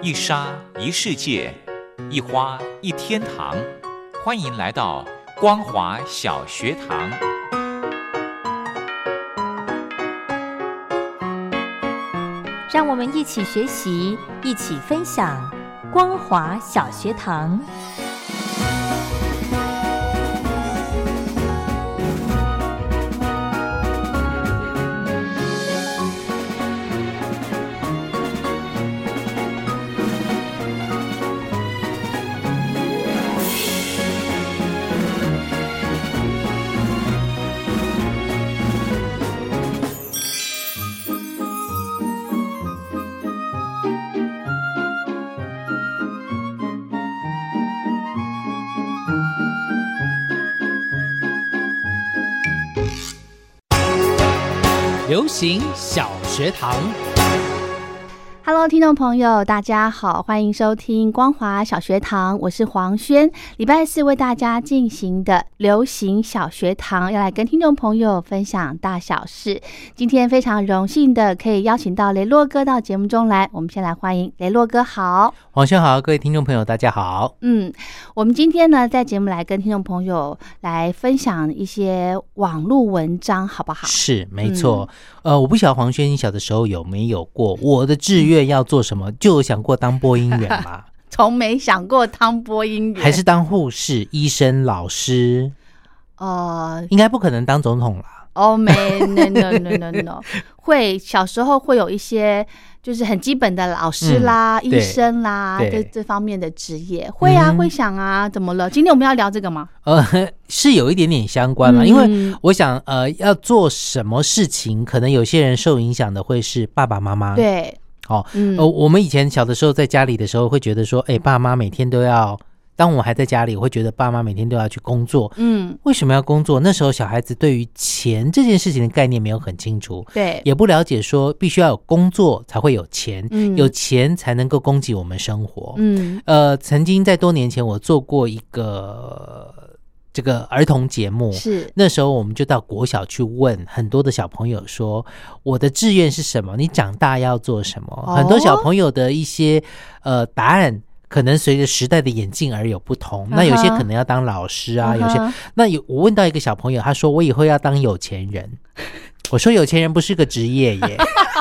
一沙一世界，一花一天堂。欢迎来到光华小学堂。 让我们一起学习，一起分享光华小学堂。 流行小学堂。 Hello， 听众朋友，大家好，欢迎收听光华小学堂，我是黄轩。礼拜四为大家进行的流行小学堂，要来跟听众朋友分享大小事。今天非常荣幸的可以邀请到雷洛哥到节目中来，我们先来欢迎雷洛哥好。 黄轩好，各位听众朋友大家好。 我们今天呢在节目来跟听众朋友来分享一些网络文章，好不好？ 是，没错。我不晓得黄轩你小的时候有没有过我的志愿要做什么，就有想过当播音员吗？ 从没想过当播音员， 还是当护士、医生、老师？应该不可能当总统啦。 no， 会小时候会有一些就是很基本的老师啦、医生啦这方面的职业，会啊，会想啊，怎么了？今天我们要聊这个吗？ 是有一点点相关啦，因为我想要做什么事情，可能有些人受影响的会是爸爸妈妈。 对， 我们以前小的时候在家里的时候会觉得说，爸妈每天都要。当我还在家里，我会觉得爸妈每天都要去工作。为什么要工作？那时候小孩子对于钱这件事情的概念没有很清楚， 对， 也不了解说必须要有工作才会有钱，有钱才能够供给我们生活。曾经在多年前我做过一个这个儿童节目， 是那时候我们就到国小去问很多的小朋友说，我的志愿是什么？你长大要做什么？很多小朋友的一些答案。可能随着时代的演进而有不同，那有些可能要当老师啊，有些我问到一个小朋友，他说我以后要当有钱人。我说有钱人不是个职业耶。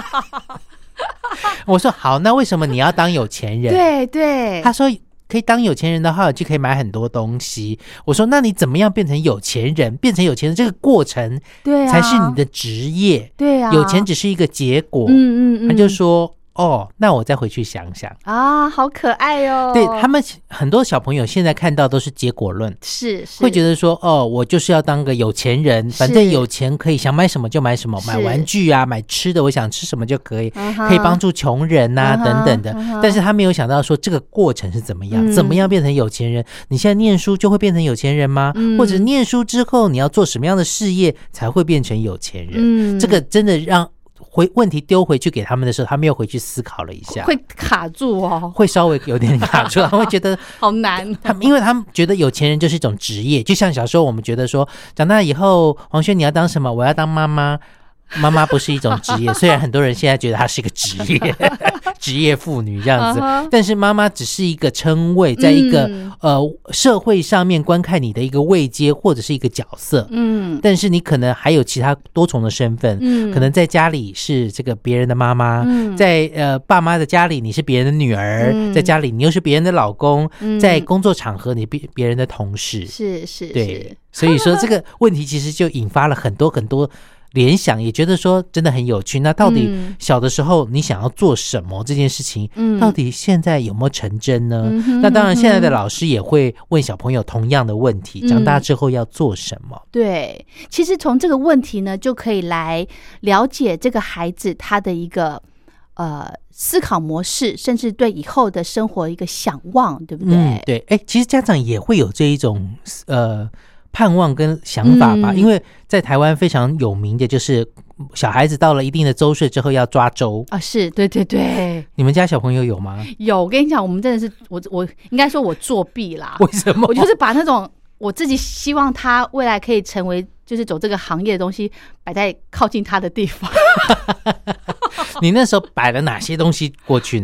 我说好，那为什么你要当有钱人？ 对， 他说可以当有钱人的话，就可以买很多东西。我说那你怎么样变成有钱人？变成有钱人这个过程，对啊，才是你的职业。对啊，有钱只是一个结果。他就说。那我再回去想想啊，好可爱哦。 对，他们很多小朋友现在看到都是结果论， 是会觉得说我就是要当个有钱人，反正有钱可以想买什么就买什么，买玩具啊，买吃的，我想吃什么就可以，可以帮助穷人啊等等的。但是他没有想到说这个过程是怎么样，怎么样变成有钱人？你现在念书就会变成有钱人吗？或者念书之后你要做什么样的事业才会变成有钱人？这个真的让问题丢回去给他们的时候，他们又回去思考了一下， 会卡住会稍微有点卡住，他们会觉得好难因为他们觉得有钱人就是一种职业，就像小时候我们觉得说，长大以后黄轩你要当什么？我要当妈妈。妈妈不是一种职业，虽然很多人现在觉得她是一个职业，职业妇女这样子，但是妈妈只是一个称谓，在一个社会上面观看你的一个位阶或者是一个角色。但是你可能还有其他多重的身份，可能在家里是这个别人的妈妈，在爸妈的家里你是别人的女儿，在家里你又是别人的老公，在工作场合你别人的同事， 是对，所以说这个问题其实就引发了很多很多联想，也觉得说真的很有趣。那到底小的时候你想要做什么这件事情，到底现在有没有成真呢？那当然现在的老师也会问小朋友同样的问题，长大之后要做什么？ 对，其实从这个问题呢就可以来了解这个孩子他的一个思考模式，甚至对以后的生活一个想望，对不对？ 对，其实家长也会有这一种盼望跟想法吧，因为在台湾非常有名的就是小孩子到了一定的周岁之后要抓周啊，是对。 你们家小朋友有吗？ 有，我跟你讲，我们真的是我应该说我作弊啦。 为什么？ 我就是把那种我自己希望他未来可以成为就是走这个行业的东西摆在靠近他的地方。 你那时候摆了哪些东西过去呢？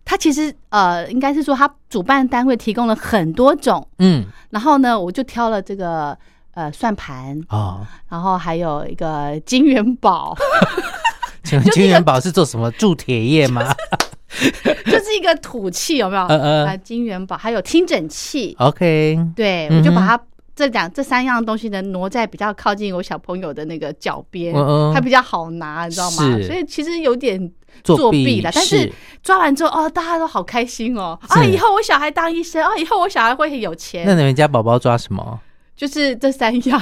他其实应该是说他主办单位提供了很多种，然后呢我就挑了这个算盘然后还有一个金元宝。 请问金元宝是做什么？铸铁业吗？ 就是一个土器，有没有？金元宝还有听诊器。 OK， 对，我就把它这三样东西呢挪在比较靠近我小朋友的那个脚边，它比较好拿，你知道吗？所以其实有点作弊了，但是抓完之后大家都好开心哦！以后我小孩当医生以后我小孩会很有钱。 那你们家宝宝抓什么？ 就是这三样。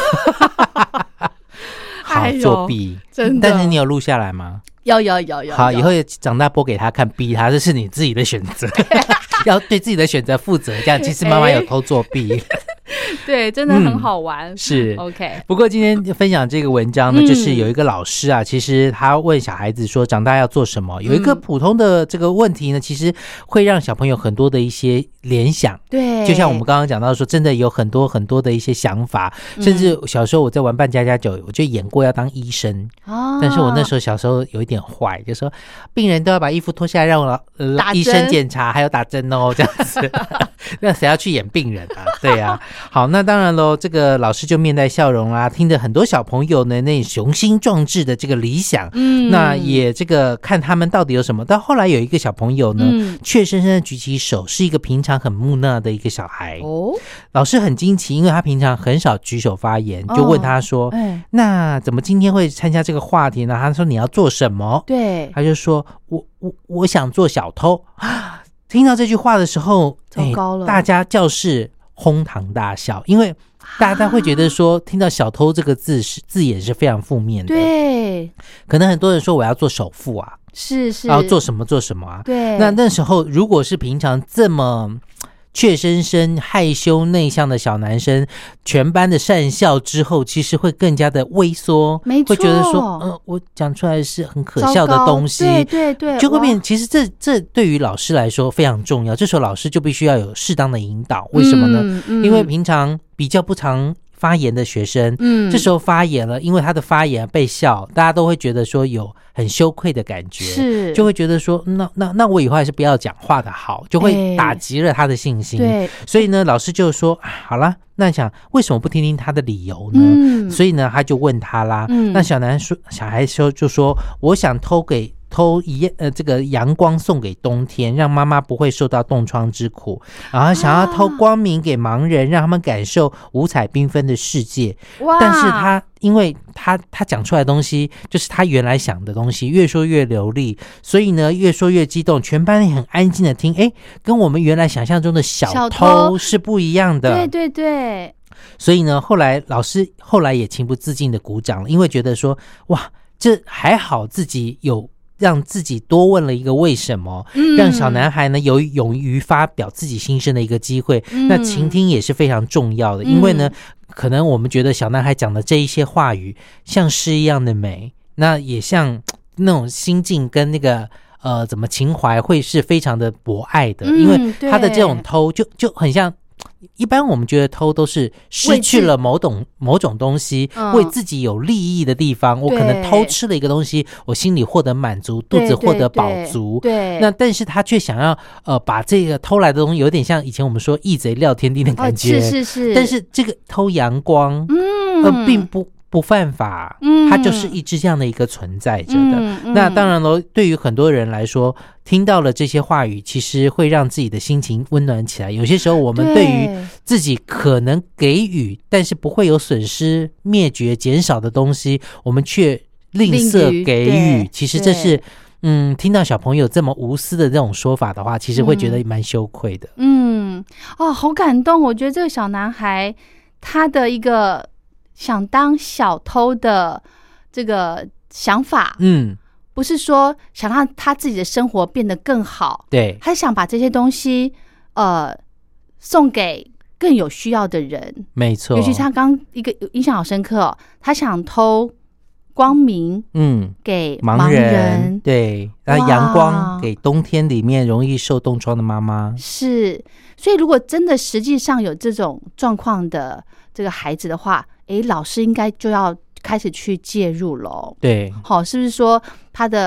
好作弊， 真的。 但是你有录下来吗？ 有。 好，以后长大播给他看，逼他，这是你自己的选择，要对自己的选择负责。这样，其实妈妈有偷作弊。 对，真的很好玩。 是 OK。 不过今天分享这个文章呢，就是有一个老师啊，其实他问小孩子说长大要做什么，有一个普通的这个问题呢，其实会让小朋友很多的一些联想。 对， 就像我们刚刚讲到说，真的有很多很多的一些想法，甚至小时候我在玩扮家家酒，我就演过要当医生。但是我那时候小时候有一点坏，就说病人都要把衣服脱下来让我医生检查，还有打针哦，这样子。那谁要去演病人啊？对啊。好，那当然咯，这个老师就面带笑容啊，听着很多小朋友呢那雄心壮志的这个理想，那也这个看他们到底有什么。到后来有一个小朋友呢，怯生生的举起手，是一个平常很木讷的一个小孩。老师很惊奇，因为他平常很少举手发言，就问他说，那怎么今天会参加这个话题呢？他说你要做什么？对，他就说我想做小偷。听到这句话的时候，糟糕了，大家教室哄堂大笑，因为大家会觉得说听到小偷这个字眼是非常负面的。对，可能很多人说我要做首富啊，是，然后做什么啊。对，那时候如果是平常这么怯生生害羞内向的小男生，全班的讪笑之后，其实会更加的畏缩，会觉得说我讲出来是很可笑的东西。对，就会变。其实这对于老师来说非常重要，这时候老师就必须要有适当的引导。为什么呢？因为平常比较不常发言的学生，这时候发言了，因为他的发言被笑，大家都会觉得说有很羞愧的感觉，是，就会觉得说那我以后还是不要讲话的好，就会打击了他的信心。对，所以呢，老师就说好啦，那想为什么不听听他的理由呢？所以呢，他就问他啦。那小孩就说我想偷这个阳光送给冬天，让妈妈不会受到冻疮之苦，然后想要偷光明给盲人，让他们感受五彩缤纷的世界。但是因为他讲出来的东西就是他原来想的东西，越说越流利，所以呢越说越激动，全班也很安静的听，跟我们原来想象中的小偷是不一样的。对，所以呢老师后来也情不自禁的鼓掌了，因为觉得说哇，这还好自己有让自己多问了一个为什么，让小男孩呢有勇于发表自己心声的一个机会。那倾听也是非常重要的，因为呢可能我们觉得小男孩讲的这一些话语像诗一样的美，那也像那种心境跟那个怎么情怀会是非常的博爱的，因为他的这种偷就很像一般我们觉得偷都是失去了某种东西，为自己有利益的地方，我可能偷吃了一个东西，我心里获得满足，肚子获得饱足。对，那但是他却想要把这个偷来的东西，有点像以前我们说义贼廖天丁的感觉。是。但是这个偷阳光，并不犯法，它就是一直这样的一个存在着的。那当然了，对于很多人来说，听到了这些话语，其实会让自己的心情温暖起来。有些时候我们对于自己可能给予但是不会有损失、灭绝、减少的东西，我们却吝啬给予，其实这是听到小朋友这么无私的这种说法的话，其实会觉得蛮羞愧的。 好感动。我觉得这个小男孩他的一个想当小偷的这个想法，不是说想让他自己的生活变得更好，对，他想把这些东西送给更有需要的人。没错，尤其是他刚一个印象好深刻他想偷光明给盲人，对，然后阳光给冬天里面容易受冻疮的妈妈。是，所以如果真的实际上有这种状况的这个孩子的话，老师应该就要开始去介入咯。对，好，是不是说他的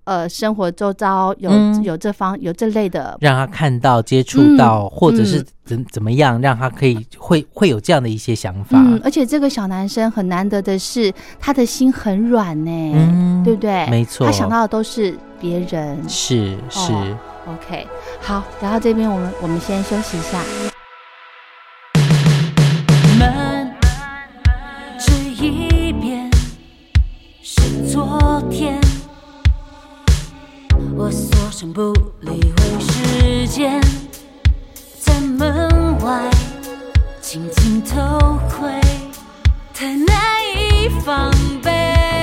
生活周遭有这类的， 让他看到接触到，或者是怎么样，让他可以会有这样的一些想法。 而且这个小男生很难得的是，他的心很软呢，对不对？ 没错， 他想到的都是别人。 是。 OK， 好，聊到这边，我们先休息一下。 门这一边是昨天，我锁上不理会时间，在门外轻轻偷窥，太难以防备。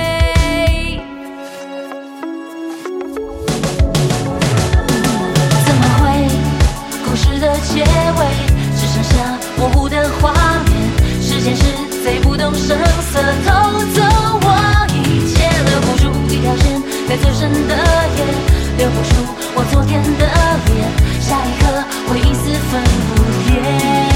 怎么会故事的结尾只剩下模糊的画面？时间是最不动声色偷走我一切，留不住一条线在最深的夜，留不住我昨天的脸，下一刻会一丝分不裂。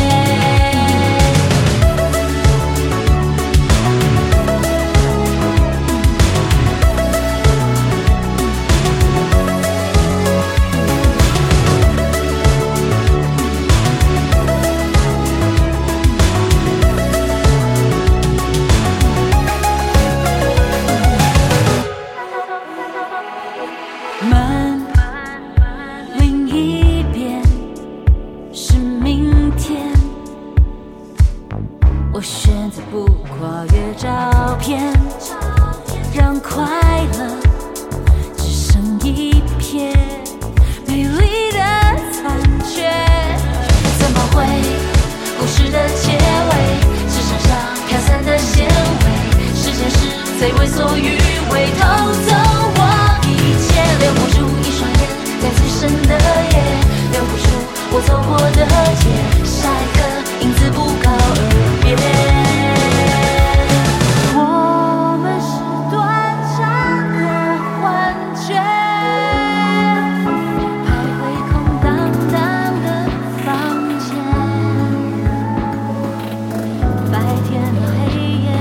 门另一边是明天，我选择不跨越照片，让快乐只剩一瞥美丽的残缺。怎么会故事的结尾只剩下飘散的纤维？时间是最为所欲为，偷走我一切，留不住一双眼在最深的夜，留不住我走过的街，下一刻影子不告而别。我们是短暂的幻觉，徘徊空荡荡的房间，白天和黑夜。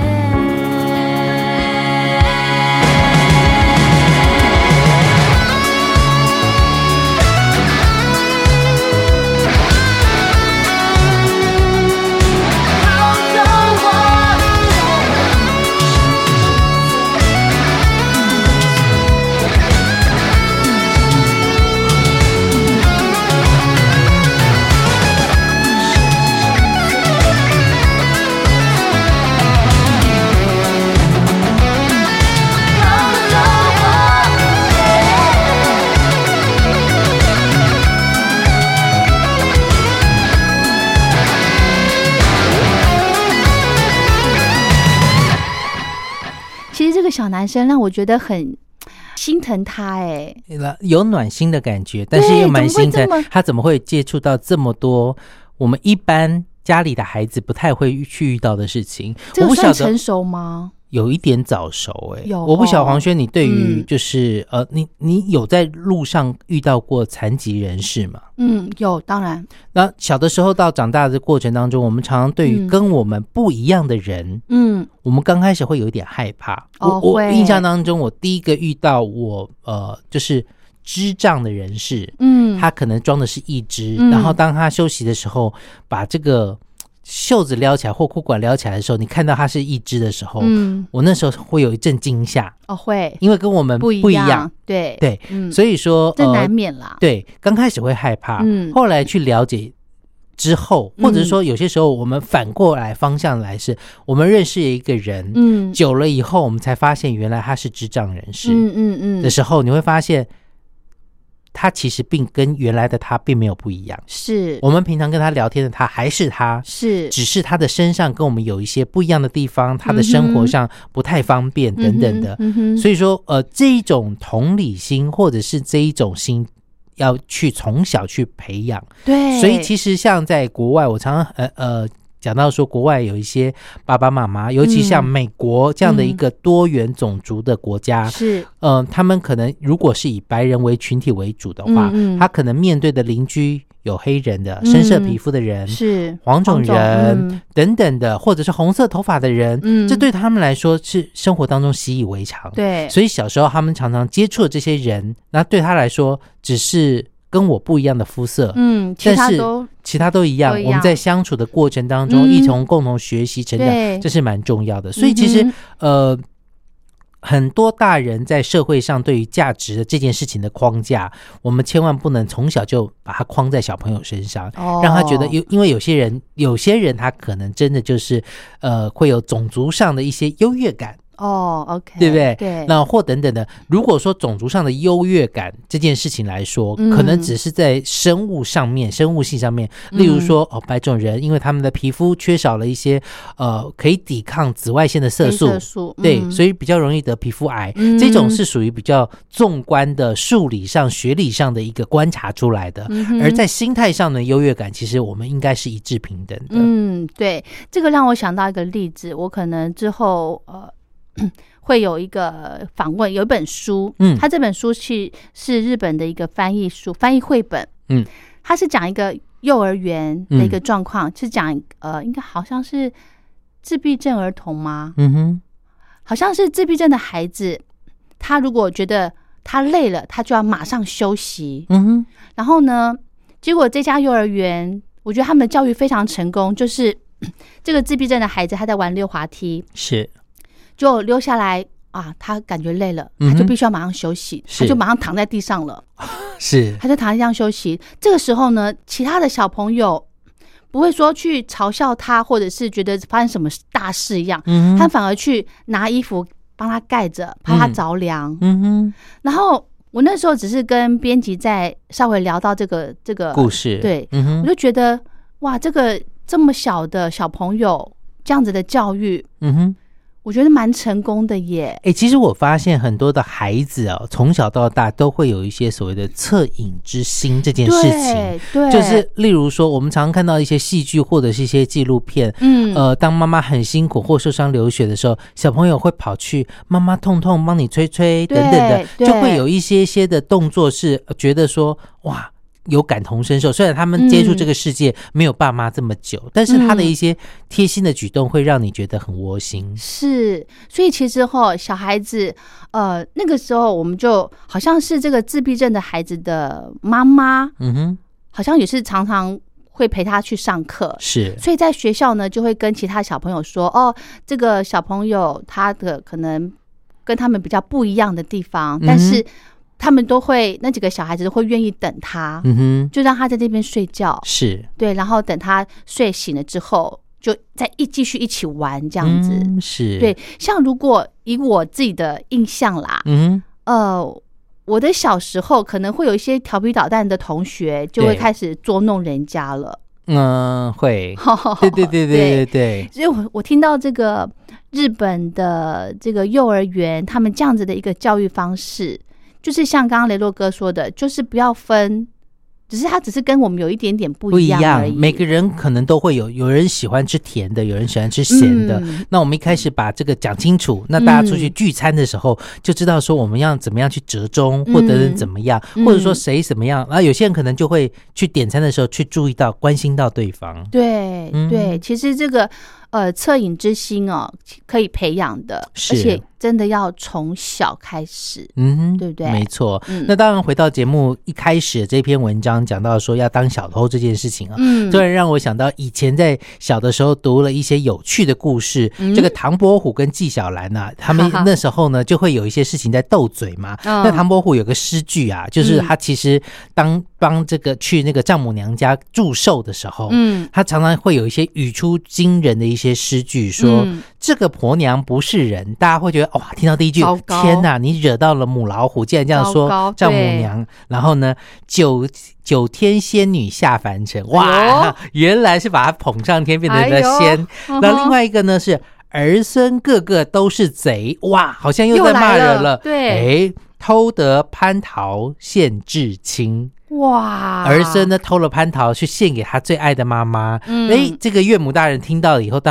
其实这个小男生让我觉得很心疼他， 有暖心的感觉，但是又蛮心疼。他怎么会接触到这么多我们一般家里的孩子不太会去遇到的事情？ 这个算成熟吗？ 有一点早熟有我不晓得黄轩，你对于就是你有在路上遇到过残疾人士吗？ 有，当然。 那小的时候到长大的过程当中，我们常常对于跟我们不一样的人，我们刚开始会有一点害怕。我印象当中，我第一个遇到就是智障的人士，他可能装的是一只，然后当他休息的时候，把这个袖子撩起来或裤管撩起来的时候，你看到它是一只的时候，我那时候会有一阵惊吓。 会， 因为跟我们不一样。对，所以说这难免啦。 对，刚开始会害怕，后来去了解之后，或者是说有些时候我们反过来方向来，是我们认识一个人，久了以后我们才发现原来他是智障人士的时候，你会发现他其实并跟原来的他并没有不一样， 是我们平常跟他聊天的他还是他，只是他的身上跟我们有一些不一样的地方，他的生活上不太方便等等的，所以说这一种同理心或者是这一种心要去从小去培养。 对， 所以其实像在国外，我常常讲到说国外有一些爸爸妈妈，尤其像美国这样的一个多元种族的国家， 是他们可能如果是以白人为群体为主的话，他可能面对的邻居有黑人的深色皮肤的人， 是黄种人等等的，或者是红色头发的人，这对他们来说是生活当中习以为常。 对， 所以小时候他们常常接触的这些人，那对他来说只是跟我不一样的肤色，其他都一样。我们在相处的过程当中，一同共同学习成长，这是蛮重要的。所以其实很多大人在社会上对于价值的这件事情的框架，我们千万不能从小就把它框在小朋友身上，让他觉得因为有些人他可能真的就是会有种族上的一些优越感。 OK， 对不对？ 对， 那或等等的，如果说种族上的优越感这件事情来说，可能只是在生物性上面，例如说白种人，因为他们的皮肤缺少了一些可以抵抗紫外线的色素，对，所以比较容易得皮肤癌，这种是属于比较纵观的数理上学理上的一个观察出来的，而在心态上的优越感，其实我们应该是一致平等的。 对，这个让我想到一个例子，我可能之后会有一个访问，有一本书，它这本书是日本的一个翻译绘本，它是讲一个幼儿园的一个状况，是讲应该好像是自闭症儿童吗？好像是自闭症的孩子，他如果觉得他累了，他就要马上休息。然后呢，结果这家幼儿园，我觉得他们的教育非常成功，就是这个自闭症的孩子他在玩溜滑梯， 是。 就溜下来啊，他感觉累了，他就必须要马上休息，他就马上躺在地上了， 是，他就躺在地上休息。这个时候呢，其他的小朋友不会说去嘲笑他，或者是觉得发生什么大事一样，他反而去拿衣服帮他盖着，怕他着凉。然后我那时候只是跟编辑在稍微聊到这个故事， 对，我就觉得哇，这么小的小朋友这样子的教育，我觉得蛮成功的耶。 其实我发现很多的孩子从小到大都会有一些所谓的恻隐之心这件事情。 对， 就是例如说我们常常看到一些戏剧或者是一些纪录片，当妈妈很辛苦或受伤流血的时候，小朋友会跑去妈妈痛痛帮你吹吹等等的，就会有一些的动作是觉得说哇有感同身受，虽然他们接触这个世界没有爸妈这么久，但是他的一些贴心的举动会让你觉得很窝心。 是，所以其实小孩子那个时候我们就好像是这个自闭症的孩子的妈妈，好像也是常常会陪他去上课， 是， 所以在学校呢就会跟其他小朋友说这个小朋友他的可能跟他们比较不一样的地方，但是他们都会，那几个小孩子都会愿意等他，就让他在这边睡觉， 是，对， 然后等他睡醒了之后，就再继续一起玩这样子， 是， 对。像如果以我自己的印象啦，我的小时候可能会有一些调皮捣蛋的同学，就会开始捉弄人家了， 会，对。 所以我听到这个日本的这个幼儿园，他们这样子的一个教育方式。就是像刚刚雷洛哥说的，就是不要分，他只是跟我们有一点点不一样而已。 每个人可能都会有人喜欢吃甜的，有人喜欢吃咸的。那我们一开始把这个讲清楚，那大家出去聚餐的时候就知道说我们要怎么样去折中，或者怎么样，或者说谁怎么样。然后有些人可能就会去点餐的时候去注意到、关心到对方。 对，其实这个恻隐之心可以培养的，而且真的要从小开始，对不对？ 没错。那当然回到节目一开始这篇文章讲到说要当小偷这件事情突然让我想到以前在小的时候读了一些有趣的故事，这个唐伯虎跟纪晓岚他们那时候呢就会有一些事情在斗嘴嘛。那唐伯虎有个诗句就是他其实帮这个去那个丈母娘家祝寿的时候，他常常会有一些语出惊人的一些诗句，说这个婆娘不是人，大家会觉得哇，听到第一句天哪，你惹到了母老虎，竟然这样说丈母娘。然后呢九天仙女下凡尘，哇，原来是把她捧上天变成了仙。那另外一个呢是儿孙个个都是贼，哇，好像又在骂人了。 对， 偷得蟠桃献至亲， 哇！ 儿孙呢偷了蟠桃去献给他最爱的妈妈。这个岳母大人听到了以后，当然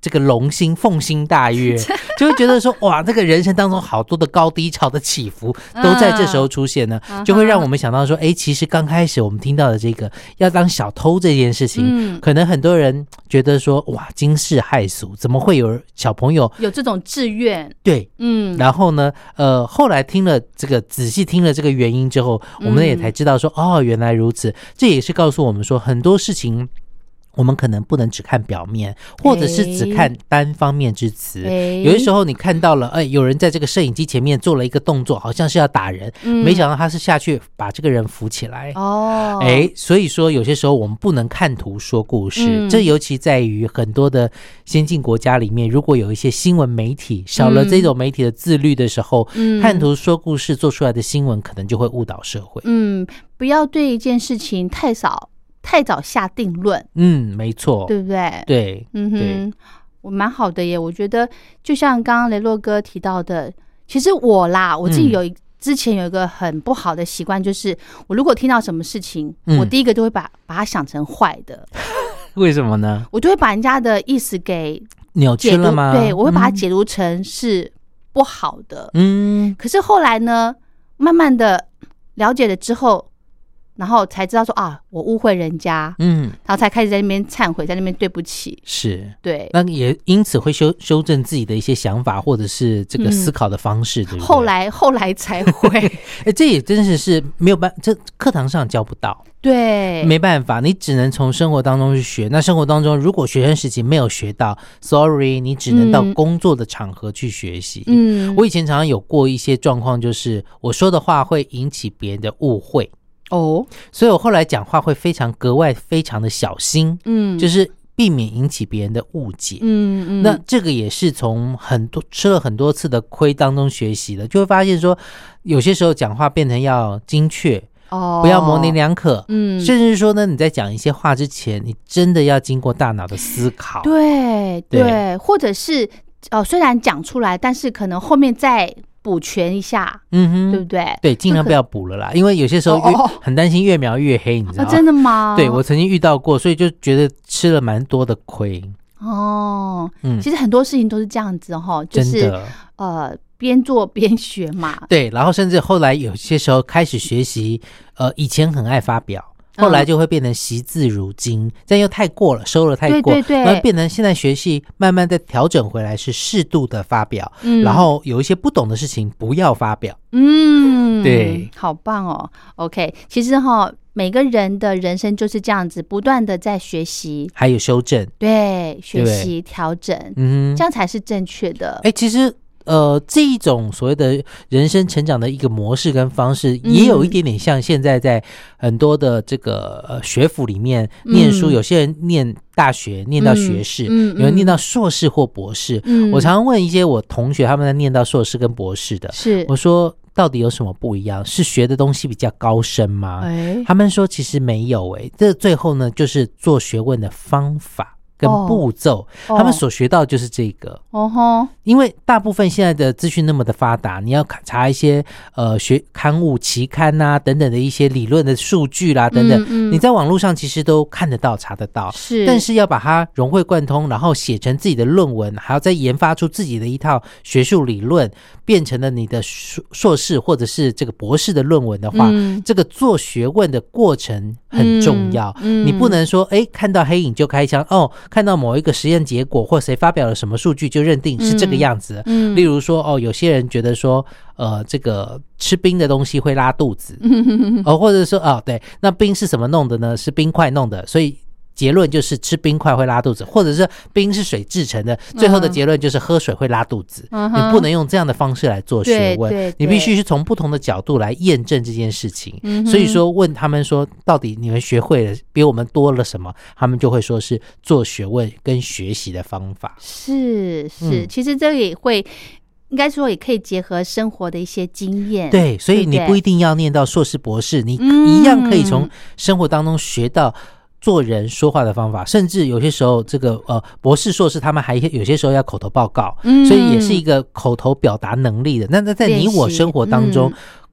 这个龙心凤心大悦，就会觉得说哇，这个人生当中好多的高低潮的起伏都在这时候出现呢，就会让我们想到说，其实刚开始我们听到的这个要当小偷这件事情，可能很多人觉得说哇，惊世骇俗，怎么会有小朋友有这种志愿？ 对，然后呢，后来仔细听了这个原因之后，我们也才知道说，原来如此，这也是告诉我们说很多事情。我们可能不能只看表面，或者是只看单方面之词。有些时候你看到了，有人在这个摄影机前面做了一个动作，好像是要打人，没想到他是下去把这个人扶起来。所以说有些时候我们不能看图说故事，这尤其在于很多的先进国家里面，如果有一些新闻媒体少了这种媒体的自律的时候，看图说故事做出来的新闻可能就会误导社会。 不要对一件事情太早下定论。 没错， 对不对？ 对， 对，我蛮好的耶。我觉得就像刚刚雷洛哥提到的，其实我自己之前有一个很不好的习惯，就是我如果听到什么事情，我第一个都会把它想成坏的。 为什么呢？ 我就会把人家的意思给扭曲了吗？ 对，我会把它解读成是不好的。可是后来呢，慢慢的了解了之后，然后才知道说我误会人家，然后才开始在那边忏悔，在那边对不起。是，对， 那也因此会修正自己的一些想法，或者是这个思考的方式，对不对？ 后来才会。 这也真是没有办法，这课堂上教不到。 对， 没办法，你只能从生活当中去学。那生活当中，如果学生时期没有学到 ，sorry， 你只能到工作的场合去学习。我以前常常有过一些状况，就是我说的话会引起别人的误会。所以我后来讲话会格外非常的小心，就是避免引起别人的误解。那这个也是从吃了很多次的亏当中学习的，就会发现说，有些时候讲话变成要精确，不要模棱两可，甚至说呢，你在讲一些话之前，你真的要经过大脑的思考。 对，或者是虽然讲出来，但是可能后面再补全一下，对不对？对， 尽量不要补了啦，因为有些时候很担心越描越黑，你知道吗？ 真的吗？ 对，我曾经遇到过，所以就觉得吃了蛮多的亏。 其实很多事情都是这样子就是边做边学嘛。对， 然后甚至后来有些时候开始学习，以前很爱发表。后来就会变成惜字如金，这样又太过了，收了太过，然后变成现在学习慢慢再调整回来，是适度的发表，然后有一些不懂的事情不要发表。对， 好棒哦。OK， 其实每个人的人生就是这样子，不断的在学习， 还有修正， 对，学习调整，这样才是正确的。 其实这一种所谓的人生成长的一个模式跟方式，也有一点点像现在在很多的这个学府里面念书，有些人念大学念到学士，有人念到硕士或博士。我常常问一些我同学，他们在念到硕士跟博士的，我说到底有什么不一样？是学的东西比较高深吗？他们说其实没有。这最后呢，就是做学问的方法跟步骤，他们所学到就是这个。因为大部分现在的资讯那么的发达，你要查一些学刊物期刊啊等等的一些理论的数据啦等等，你在网络上其实都看得到查得到，但是要把它融会贯通，然后写成自己的论文，还要再研发出自己的一套学术理论，变成了你的硕士或者是这个博士的论文的话，这个做学问的过程很重要。你不能说看到黑影就开枪，看到某一个实验结果或谁发表了什么数据就认定是这个样子。例如说有些人觉得说这个吃冰的东西会拉肚子，或者说对，那冰是什么弄的呢？是冰块弄的，所以结论就是吃冰块会拉肚子，或者是冰是水制成的，最后的结论就是喝水会拉肚子。你不能用这样的方式来做学问，你必须是从不同的角度来验证这件事情。所以说问他们说到底你们学会了比我们多了什么，他们就会说是做学问跟学习的方法。 是其实这个也会应该说也可以结合生活的一些经验。 对，所以你不一定要念到硕士博士，你一样可以从生活当中学到做人说话的方法，甚至有些时候这个博士硕士他们还有些时候要口头报告，所以也是一个口头表达能力的。那在你我生活当中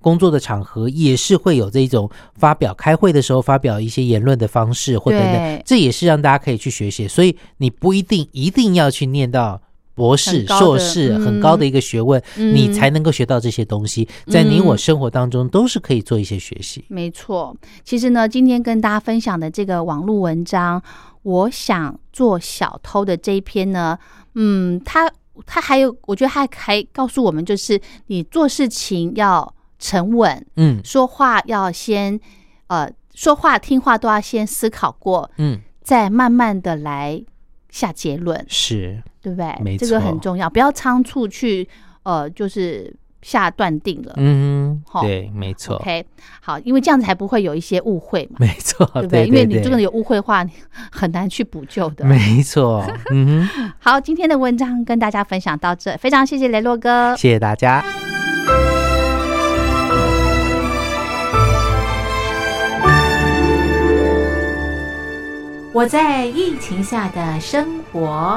工作的场合也是会有这种开会的时候发表一些言论的方式或等等，这也是让大家可以去学习。所以你不一定要去念到博士硕士很高的一个学问，你才能够学到这些东西，在你我生活当中都是可以做一些学习。 没错，其实呢，今天跟大家分享的这个网络文章我想做小偷的这一篇呢，他还有我觉得还告诉我们，就是你做事情要沉稳，说话要先说话听话都要先思考过，再慢慢的来下结论， 是对不对？ 没错， 这个很重要，不要仓促去就是下断定了。 对，没错。 OK， 好，因为这样子才不会有一些误会嘛。 没错， 对不对？因为你真的有误会的话，很难去补救的。 没错。 好，今天的文章跟大家分享到这，非常谢谢雷洛哥， 谢谢大家。 我在疫情下的生活。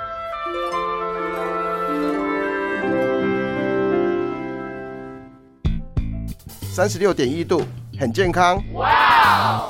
36.1度，很健康。 哇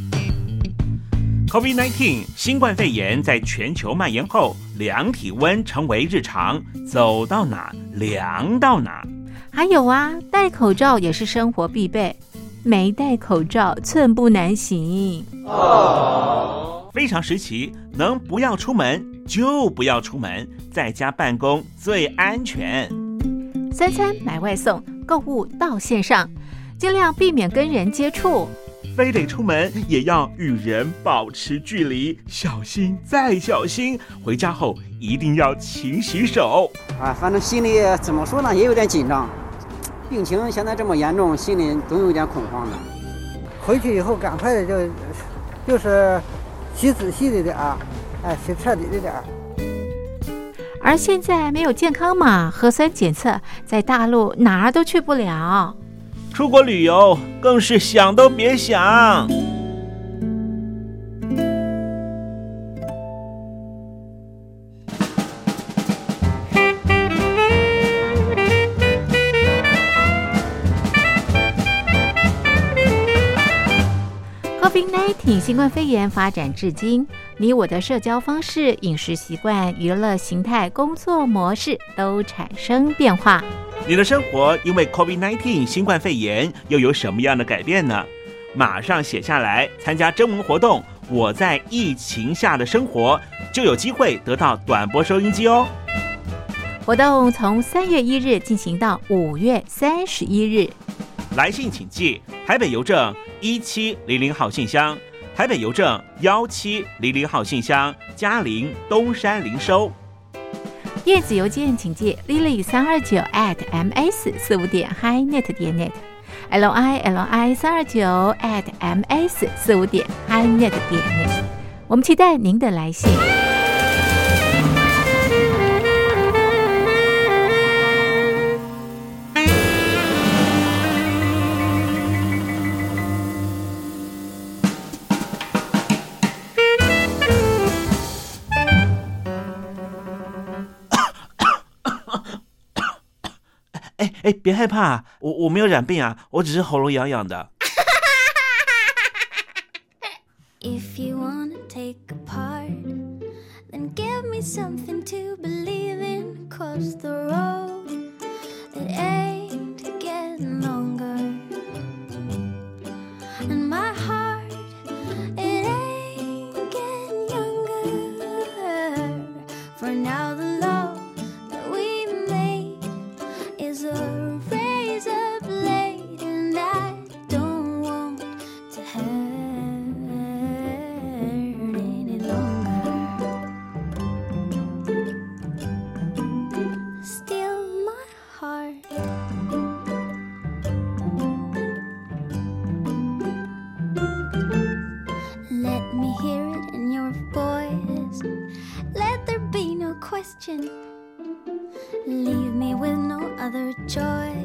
！COVID-19 新冠肺炎在全球蔓延后，量体温成为日常，走到哪量到哪。 还有啊，戴口罩也是生活必备，没戴口罩寸步难行。 非常时期，能不要出门就不要出门，在家办公最安全。 三餐买外送，购物到线上，尽量避免跟人接触。 非得出门也要与人保持距离，小心再小心。回家后一定要勤洗手。 反正心里怎么说呢，也有点紧张。病情现在这么严重，心里总有点恐慌的。 回去以后赶快的就是洗仔细的点儿，洗彻底的点儿。 而现在没有健康码、核酸检测，在大陆哪儿都去不了。 出国旅游更是想都别想。 COVID-19 新冠肺炎发展至今，你我的社交方式、饮食习惯、娱乐形态、工作模式都产生变化。 你的生活因为 COVID-19 新冠肺炎又有什么样的改变呢？马上写下来，参加征文活动，我在疫情下的生活，就有机会得到短波收音机哦。 活动从3月1日进行到5月31日。 来信请寄台北邮政1700号信箱，台北邮政1700号信箱，嘉陵东山零收。 电子邮件请寄 lily329@ms45.highnet.net lili329@ms45.highnet.net。我们期待您的来信。 别害怕，我没有染病啊，我只是喉咙痒痒的。 If you wanna take a part, then give me something to believe in. 'Cause the road, it ain't getting longer, and my heart, it ain't getting younger. For now the love that we made is a razor blade, and I don't want to hurt any longer. Still my heart, let me hear it in your voice, let there be no question. Leave me with no other choice.